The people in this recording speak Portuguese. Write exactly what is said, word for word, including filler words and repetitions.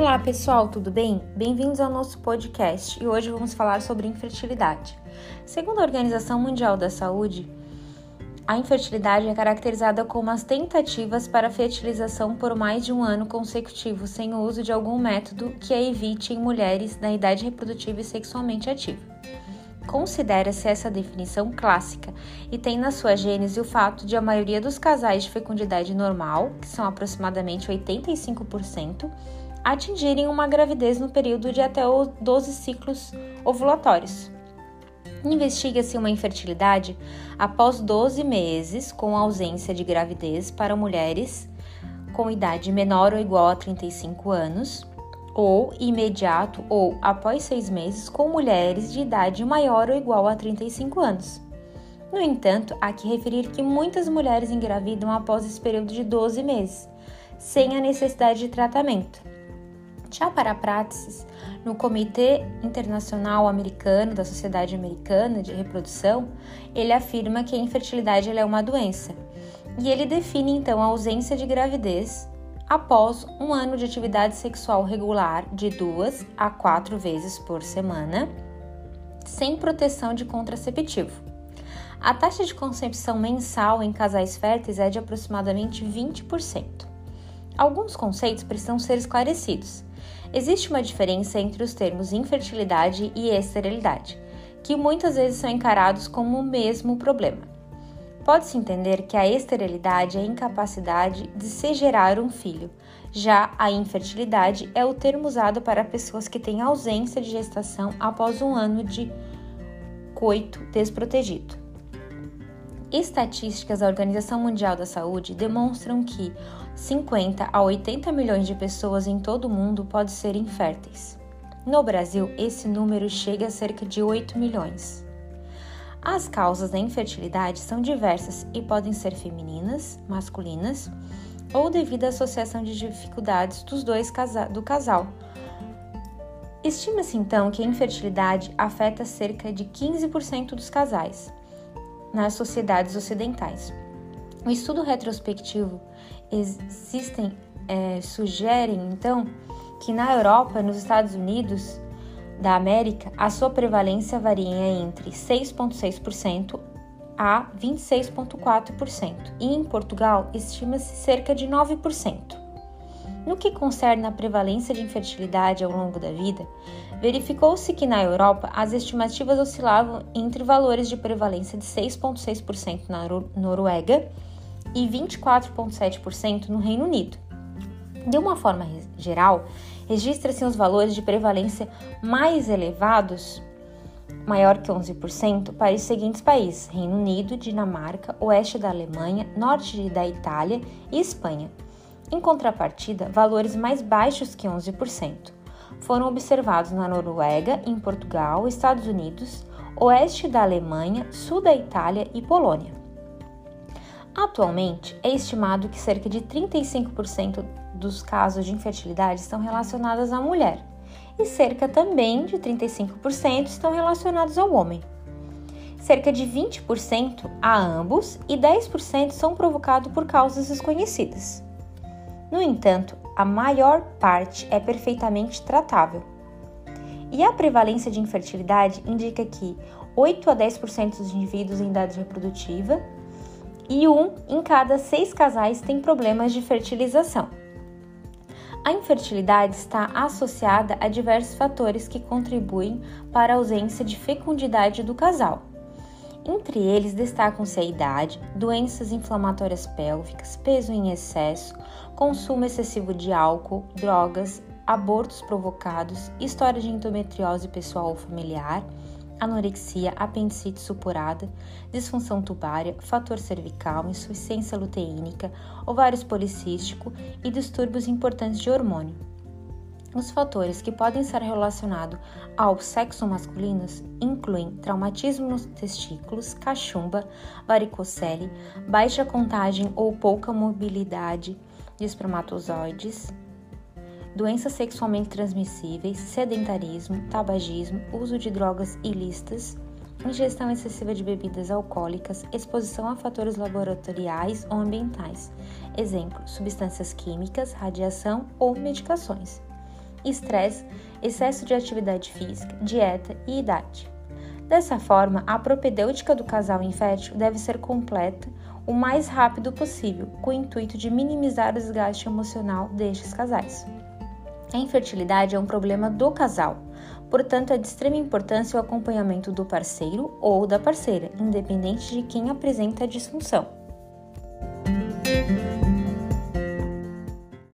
Olá pessoal, tudo bem? Bem-vindos ao nosso podcast e hoje vamos falar sobre infertilidade. Segundo a Organização Mundial da Saúde, a infertilidade é caracterizada como as tentativas para a fertilização por mais de um ano consecutivo sem o uso de algum método que a evite em mulheres na idade reprodutiva e sexualmente ativa. Considera-se essa definição clássica e tem na sua gênese o fato de a maioria dos casais de fecundidade normal, que são aproximadamente oitenta e cinco por cento, atingirem uma gravidez no período de até doze ciclos ovulatórios. Investiga-se uma infertilidade após doze meses com ausência de gravidez para mulheres com idade menor ou igual a trinta e cinco anos, ou imediato ou após seis meses com mulheres de idade maior ou igual a trinta e cinco anos. No entanto, há que referir que muitas mulheres engravidam após esse período de doze meses, sem a necessidade de tratamento. Já para a práticas, no Comitê Internacional Americano da Sociedade Americana de Reprodução, ele afirma que a infertilidade ela é uma doença, e ele define então a ausência de gravidez após um ano de atividade sexual regular de duas a quatro vezes por semana, sem proteção de contraceptivo. A taxa de concepção mensal em casais férteis é de aproximadamente vinte por cento. Alguns conceitos precisam ser esclarecidos. Existe uma diferença entre os termos infertilidade e esterilidade, que muitas vezes são encarados como o mesmo problema. Pode-se entender que a esterilidade é a incapacidade de se gerar um filho, já a infertilidade é o termo usado para pessoas que têm ausência de gestação após um ano de coito desprotegido. Estatísticas da Organização Mundial da Saúde demonstram que cinquenta a oitenta milhões de pessoas em todo o mundo podem ser inférteis. No Brasil, esse número chega a cerca de oito milhões. As causas da infertilidade são diversas e podem ser femininas, masculinas ou devido à associação de dificuldades dos dois casa- do casal. Estima-se então que a infertilidade afeta cerca de quinze por cento dos casais nas sociedades ocidentais. O estudo retrospectivo existem, é, sugerem, então, que na Europa e nos Estados Unidos da América, a sua prevalência varia entre seis vírgula seis por cento a vinte e seis vírgula quatro por cento e em Portugal estima-se cerca de nove por cento. No que concerne a prevalência de infertilidade ao longo da vida, verificou-se que na Europa as estimativas oscilavam entre valores de prevalência de seis vírgula seis por cento na Noruega e vinte e quatro vírgula sete por cento no Reino Unido. De uma forma geral, registra-se os valores de prevalência mais elevados, maior que onze por cento, para os seguintes países: Reino Unido, Dinamarca, oeste da Alemanha, norte da Itália e Espanha. Em contrapartida, valores mais baixos que onze por cento foram observados na Noruega, em Portugal, Estados Unidos, oeste da Alemanha, sul da Itália e Polônia. Atualmente, é estimado que cerca de trinta e cinco por cento dos casos de infertilidade estão relacionados à mulher e cerca também de trinta e cinco por cento estão relacionados ao homem. Cerca de vinte por cento a ambos e dez por cento são provocados por causas desconhecidas. No entanto, a maior parte é perfeitamente tratável. E a prevalência de infertilidade indica que oito a dez por cento dos indivíduos em idade reprodutiva e um em cada seis casais tem problemas de fertilização. A infertilidade está associada a diversos fatores que contribuem para a ausência de fecundidade do casal. Entre eles destacam-se a idade, doenças inflamatórias pélvicas, peso em excesso, consumo excessivo de álcool, drogas, abortos provocados, história de endometriose pessoal ou familiar, anorexia, apendicite supurada, disfunção tubária, fator cervical, insuficiência luteínica, ovários policístico e distúrbios importantes de hormônio. Os fatores que podem estar relacionados ao sexo masculino incluem traumatismo nos testículos, cachumba, varicocele, baixa contagem ou pouca mobilidade de espermatozoides, doenças sexualmente transmissíveis, sedentarismo, tabagismo, uso de drogas ilícitas, ingestão excessiva de bebidas alcoólicas, exposição a fatores laboratoriais ou ambientais, exemplo, substâncias químicas, radiação ou medicações. estresse, excesso de atividade física, dieta e idade. Dessa forma, a propedêutica do casal infértil deve ser completa o mais rápido possível, com o intuito de minimizar o desgaste emocional destes casais. A infertilidade é um problema do casal, portanto é de extrema importância o acompanhamento do parceiro ou da parceira, independente de quem apresenta a disfunção.